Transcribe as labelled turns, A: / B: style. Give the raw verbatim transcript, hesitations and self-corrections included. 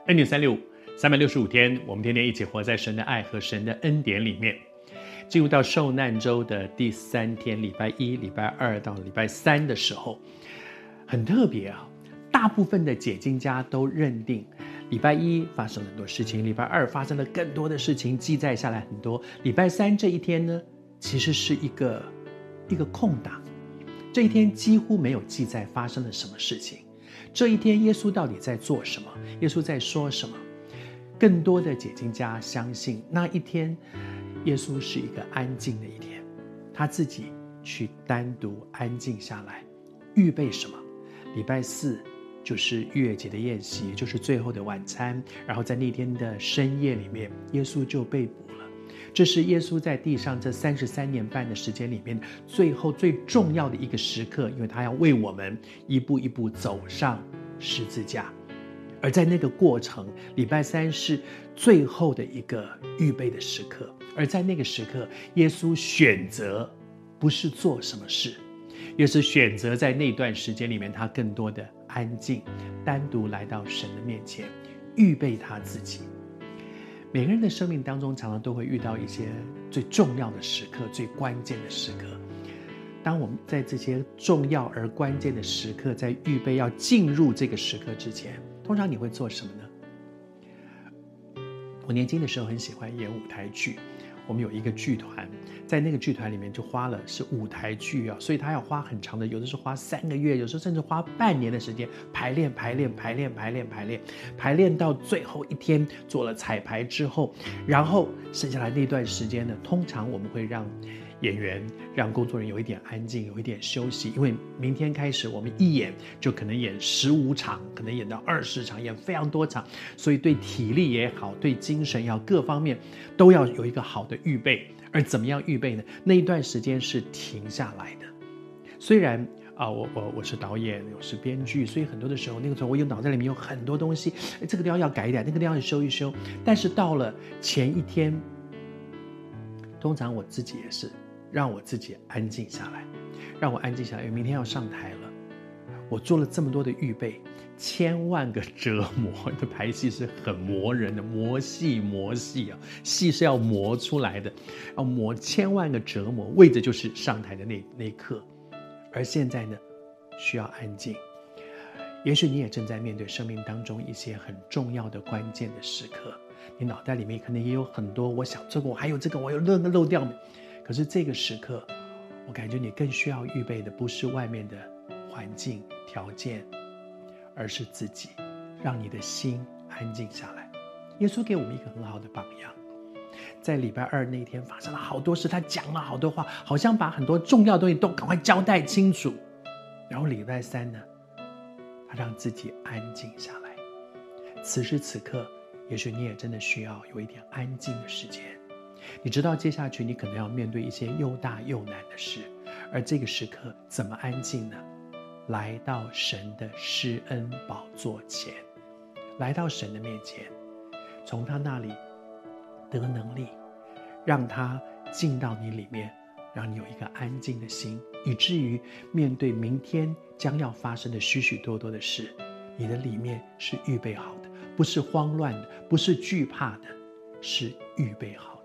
A: 恩典三六五，三百六十五天，我们天天一起活在神的爱和神的恩典里面。进入到受难周的第三天，礼拜一、礼拜二到礼拜三的时候，很特别啊。大部分的解经家都认定，礼拜一发生了很多事情，礼拜二发生了更多的事情，记载下来很多。礼拜三这一天呢，其实是一个一个空档，这一天几乎没有记载发生了什么事情。这一天耶稣到底在做什么？耶稣在说什么？更多的解经家相信那一天耶稣是一个安静的一天，他自己去单独安静下来，预备什么？礼拜四就是逾越节的宴席，就是最后的晚餐，然后在那天的深夜里面，耶稣就被捕了。这是耶稣在地上这三十三年半的时间里面最后最重要的一个时刻，因为他要为我们一步一步走上十字架。而在那个过程，礼拜三是最后的一个预备的时刻，而在那个时刻，耶稣选择不是做什么事，也是选择在那段时间里面，他更多的安静，单独来到神的面前，预备他自己。每个人的生命当中常常都会遇到一些最重要的时刻，最关键的时刻。当我们在这些重要而关键的时刻，在预备要进入这个时刻之前，通常你会做什么呢？我年轻的时候很喜欢演舞台剧，我们有一个剧团，在那个剧团里面就花了是舞台剧啊，所以他要花很长的，有的是花三个月，有时候甚至花半年的时间排练排练排练排练排练排练到最后一天做了彩排之后，然后剩下来那段时间呢，通常我们会让演员让工作人员有一点安静，有一点休息，因为明天开始我们一演就可能演十五场，可能演到二十场，演非常多场，所以对体力也好，对精神也好，各方面都要有一个好的预备。而怎么样预备呢？那一段时间是停下来的。虽然啊，我我我是导演，我是编剧，所以很多的时候，那个时候我有脑袋里面有很多东西，这个地方要改一改，那个地方要修一修。但是到了前一天，通常我自己也是让我自己安静下来，让我安静下来，因为明天要上台了。我做了这么多的预备，千万个折磨的排戏是很磨人的，磨戏磨戏啊，戏是要磨出来的，要磨千万个折磨，为的就是上台的那那一刻。而现在呢，需要安静。也许你也正在面对生命当中一些很重要的关键的时刻，你脑袋里面可能也有很多，我想这个，我还有这个，我有那个漏掉。可是这个时刻，我感觉你更需要预备的不是外面的环境条件，而是自己，让你的心安静下来。耶稣给我们一个很好的榜样，在礼拜二那天发生了好多事，他讲了好多话，好像把很多重要的东西都赶快交代清楚。然后礼拜三呢，他让自己安静下来。此时此刻，也许你也真的需要有一点安静的时间。你知道接下去你可能要面对一些又大又难的事，而这个时刻怎么安静呢？来到神的施恩宝座前，来到神的面前，从他那里得能力，让他进到你里面，让你有一个安静的心，以至于面对明天将要发生的许许多多的事，你的里面是预备好的，不是慌乱的，不是惧怕的，是预备好的。